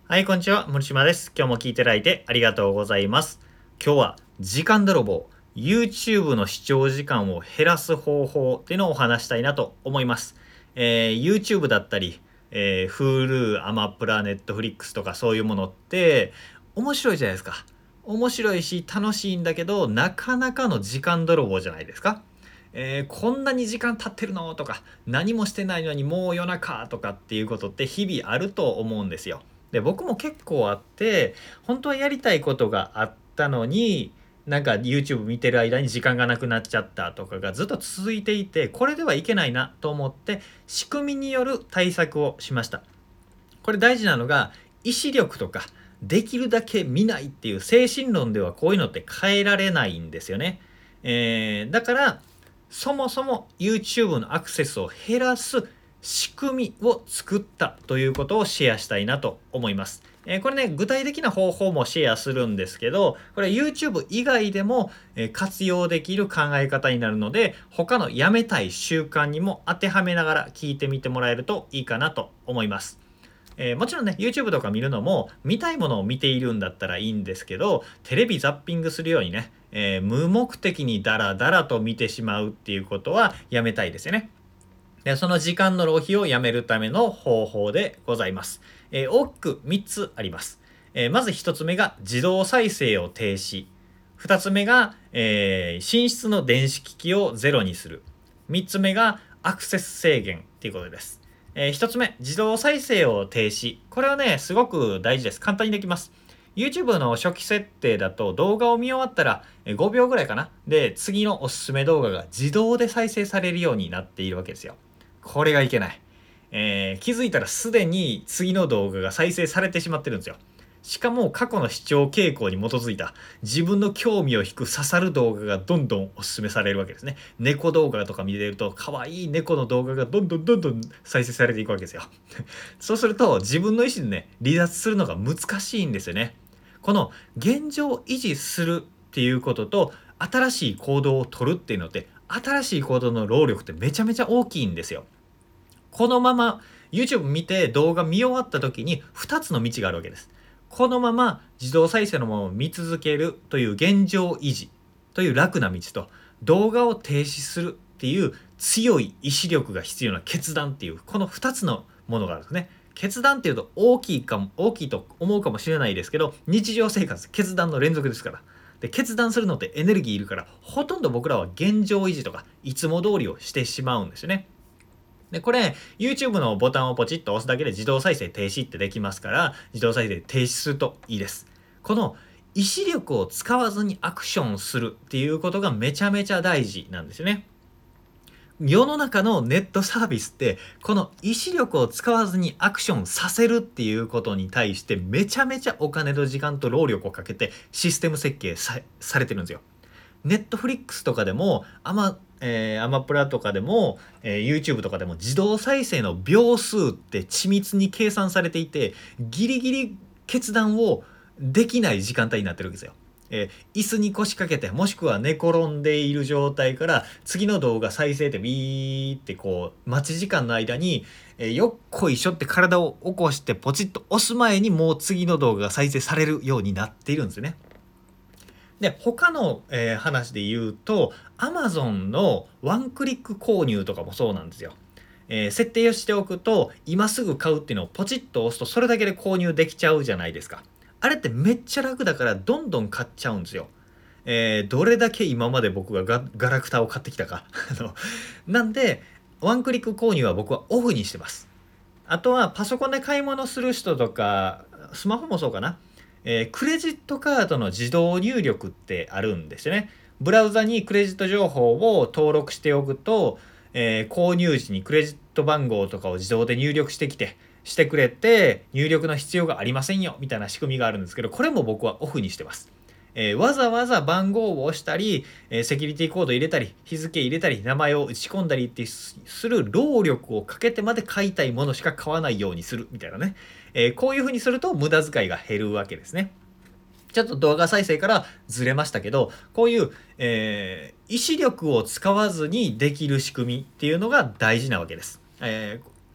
はい、こんにちは。森島です。今日も聞いていただいてありがとうございます。今日は時間泥棒、YouTube の視聴時間を減らす方法っていうのをお話したいなと思います。YouTube だったり、Hulu、アマプラ、Netflix とかそういうものって面白いじゃないですか。面白いし楽しいんだけど、なかなかの時間泥棒じゃないですか。こんなに時間経ってるのとか、何もしてないのにもう夜中とかっていうことって日々あると思うんですよ。で、僕も結構あって、本当はやりたいことがあったのに、なんか YouTube 見てる間に時間がなくなっちゃったとかがずっと続いていて、これではいけないなと思って、仕組みによる対策をしました。これ大事なのが、意志力とか、できるだけ見ないっていう精神論ではこういうのって変えられないんですよね。だから、そもそも YouTube のアクセスを減らす仕組みを作ったということをシェアしたいなと思います。これね、具体的な方法もシェアするんですけど、これ YouTube 以外でも活用できる考え方になるので、他のやめたい習慣にも当てはめながら聞いてみてもらえるといいかなと思います。もちろんね、YouTube とか見るのも、見たいものを見ているんだったらいいんですけど、テレビザッピングするようにね、無目的にダラダラと見てしまうっていうことはやめたいですよね。で、その時間の浪費をやめるための方法でございます。大きく3つあります。まず1つ目が自動再生を停止。2つ目が、寝室の電子機器をゼロにする。3つ目がアクセス制限ということです。1つ目、自動再生を停止。これはね、すごく大事です。簡単にできます。YouTube の初期設定だと動画を見終わったら5秒ぐらいかな。で、次のおすすめ動画が自動で再生されるようになっているわけですよ。これがいけない。気づいたらすでに次の動画が再生されてしまってるんですよ。しかも過去の視聴傾向に基づいた自分の興味を引く刺さる動画がどんどんおすすめされるわけですね。猫動画とか見てると可愛い猫の動画がどんどん再生されていくわけですよ。そうすると自分の意思でね、離脱するのが難しいんですよね。この現状維持するっていうことと新しい行動を取るっていうのって新しい行動の労力ってめちゃめちゃ大きいんですよ。このまま YouTube 見て動画見終わった時に2つの道があるわけです。このまま自動再生のまま見続けるという現状維持という楽な道と、動画を停止するっていう強い意志力が必要な決断っていう、この2つのものがあるんですね。決断っていうと大きいと思うかもしれないですけど、日常生活決断の連続ですから。で、決断するのってエネルギーいるから、ほとんど僕らは現状維持とかいつも通りをしてしまうんですよね。で、これ、YouTube のボタンをポチッと押すだけで自動再生停止ってできますから、自動再生停止するといいです。この意志力を使わずにアクションするっていうことがめちゃめちゃ大事なんですよね。世の中のネットサービスって、この意志力を使わずにアクションさせるっていうことに対してめちゃめちゃお金と時間と労力をかけてシステム設計されてるんですよ。ネットフリックスとかでもアマプラとかでも、YouTube とかでも自動再生の秒数って緻密に計算されていて、ギリギリ決断をできない時間帯になってるわけですよ。椅子に腰掛けて、もしくは寝転んでいる状態から次の動画再生ってビーってこう待ち時間の間に、よっこいしょって体を起こしてポチッと押す前にもう次の動画が再生されるようになっているんですよね。で、他の、話で言うと、Amazon のワンクリック購入とかもそうなんですよ。設定をしておくと、今すぐ買うっていうのをポチッと押すと、それだけで購入できちゃうじゃないですか。あれってめっちゃ楽だから、どんどん買っちゃうんですよ。どれだけ今まで僕がガラクタを買ってきたか。なんで、ワンクリック購入は僕はオフにしてます。あとはパソコンで買い物する人とか、スマホもそうかな。クレジットカードの自動入力ってあるんですよね。ブラウザにクレジット情報を登録しておくと、購入時にクレジット番号とかを自動で入力してくれて、入力の必要がありませんよみたいな仕組みがあるんですけど、これも僕はオフにしてます。わざわざ番号を押したり、セキュリティコード入れたり、日付入れたり、名前を打ち込んだりってする労力をかけてまで買いたいものしか買わないようにするみたいなね。こういう風にすると無駄遣いが減るわけですね。ちょっと動画再生からずれましたけど、こういう、意志力を使わずにできる仕組みっていうのが大事なわけです。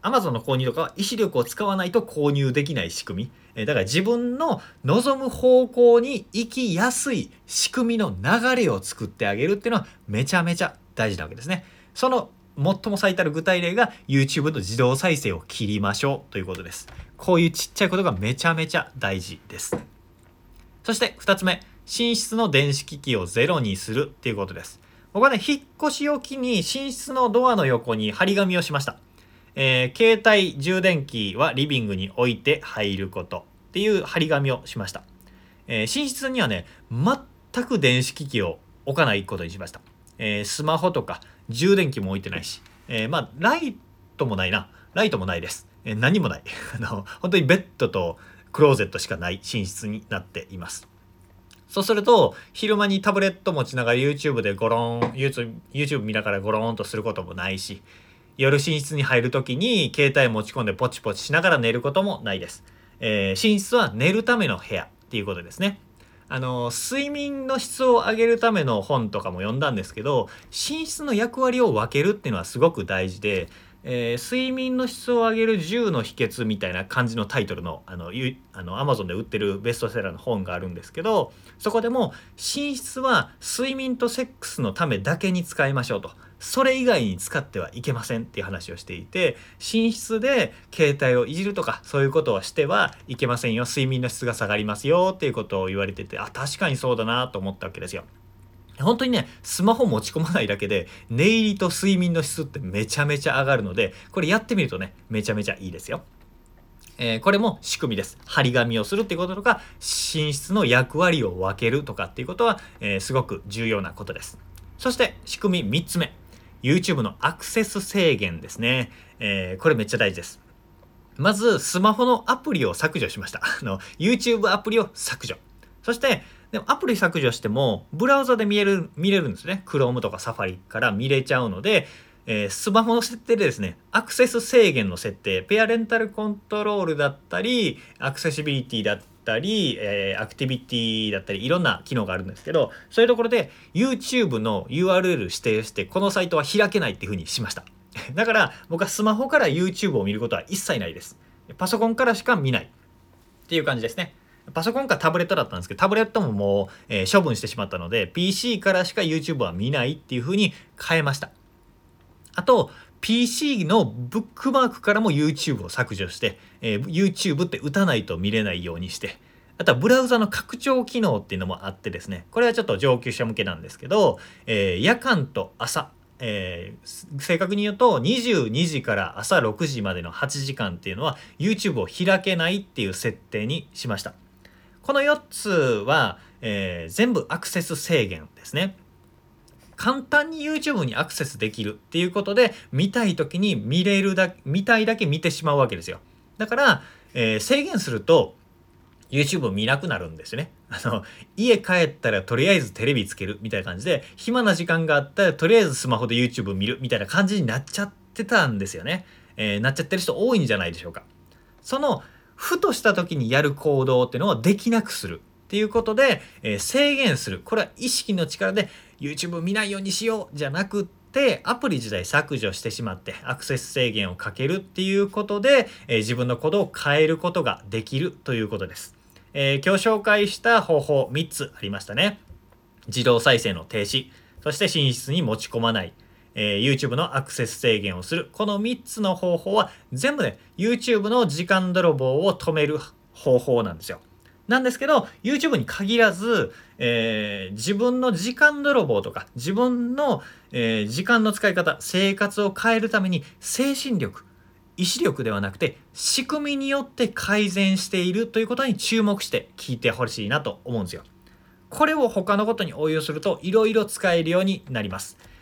Amazon の購入とかは意志力を使わないと購入できない仕組み。だから自分の望む方向に行きやすい仕組みの流れを作ってあげるっていうのはめちゃめちゃ大事なわけですね。その最も最たる具体例が YouTube の自動再生を切りましょうということです。こういうちっちゃいことがめちゃめちゃ大事です。そして2つ目、寝室の電子機器をゼロにするっていうことです。僕はね、引っ越しを機に寝室のドアの横に張り紙をしました。携帯充電器はリビングに置いて入ることっていう張り紙をしました。寝室にはね、全く電子機器を置かないことにしました。スマホとか充電器も置いてないし、ライトもないな。ライトもないです。何もない。本当にベッドとクローゼットしかない寝室になっています。そうすると、昼間にタブレット持ちながら YouTube でゴローン、YouTube 見ながらゴローンとすることもないし、夜寝室に入るときに携帯持ち込んでポチポチしながら寝ることもないです。寝室は寝るための部屋っていうことですね。睡眠の質を上げるための本とかも読んだんですけど、寝室の役割を分けるっていうのはすごく大事で、睡眠の質を上げる10の秘訣みたいな感じのタイトルのAmazon で売ってるベストセラーの本があるんですけど、そこでも寝室は睡眠とセックスのためだけに使いましょうと。それ以外に使ってはいけませんっていう話をしていて、寝室で携帯をいじるとかそういうことをしてはいけませんよ、睡眠の質が下がりますよっていうことを言われてて、確かにそうだなと思ったわけですよ。本当にね、スマホ持ち込まないだけで寝入りと睡眠の質ってめちゃめちゃ上がるので、これやってみるとね、めちゃめちゃいいですよ。これも仕組みです。張り紙をするっていうこととか、寝室の役割を分けるとかっていうことは、すごく重要なことです。そして仕組み3つ目。YouTube のアクセス制限ですね。これめっちゃ大事です。まず、スマホのアプリを削除しました。YouTube アプリを削除。そして、でもアプリ削除しても、ブラウザで見れるんですね。Chrome とか Safari から見れちゃうので、スマホの設定でですね、アクセス制限の設定、ペアレンタルコントロールだったり、アクセシビリティだったり、アクティビティだったり、いろんな機能があるんですけど、そういうところで YouTube の URL 指定して、このサイトは開けないっていう風にしました。だから僕はスマホから YouTube を見ることは一切ないです。パソコンからしか見ないっていう感じですね。パソコンかタブレットだったんですけど、タブレットももう、処分してしまったので、PC からしか YouTube は見ないっていう風に変えました。あと、PC のブックマークからも YouTube を削除して、YouTube って打たないと見れないようにして、あとはブラウザの拡張機能っていうのもあってですね、これはちょっと上級者向けなんですけど、夜間と朝、正確に言うと22時から朝6時までの8時間っていうのは YouTube を開けないっていう設定にしました。この4つは、全部アクセス制限ですね。簡単に YouTube にアクセスできるっていうことで、見たい時に見たいだけ見てしまうわけですよ。だから、制限すると YouTube を見なくなるんですよね。家帰ったらとりあえずテレビつけるみたいな感じで、暇な時間があったらとりあえずスマホで YouTube を見るみたいな感じになっちゃってたんですよね。なっちゃってる人多いんじゃないでしょうか。その、ふとした時にやる行動っていうのをできなくするっていうことで、制限する。これは意識の力で YouTube 見ないようにしようじゃなくって、アプリ自体削除してしまってアクセス制限をかけるっていうことで、自分の行動を変えることができるということです。今日紹介した方法3つありましたね。自動再生の停止、そして寝室に持ち込まない、YouTube のアクセス制限をする。この3つの方法は全部ね、YouTube の時間泥棒を止める方法なんですよ。なんですけど、YouTube に限らず、自分の時間泥棒とか、自分の、時間の使い方、生活を変えるために精神力、意志力ではなくて仕組みによって改善しているということに注目して聞いてほしいなと思うんですよ。これを他のことに応用するといろいろ使えるようになります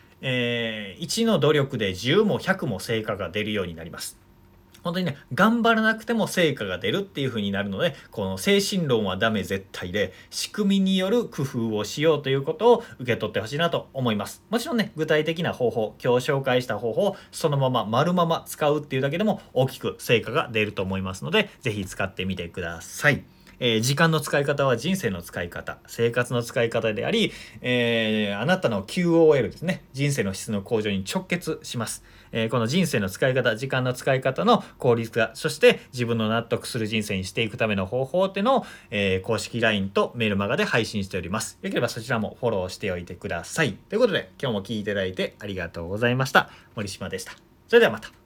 。1の努力で10も100も成果が出るようになります。本当にね、頑張らなくても成果が出るっていう風になるので、この精神論はダメ絶対で、仕組みによる工夫をしようということを受け取ってほしいなと思います。もちろんね、具体的な方法、今日紹介した方法をそのまま丸まま使うっていうだけでも大きく成果が出ると思いますので、ぜひ使ってみてください。時間の使い方は人生の使い方、生活の使い方であり、あなたの QOL ですね、人生の質の向上に直結します。 この人生の使い方、時間の使い方の効率化、そして自分の納得する人生にしていくための方法っていうのを、公式 LINE とメールマガで配信しております。よければそちらもフォローしておいてください。ということで、今日も聞いていただいてありがとうございました。森島でした。それではまた。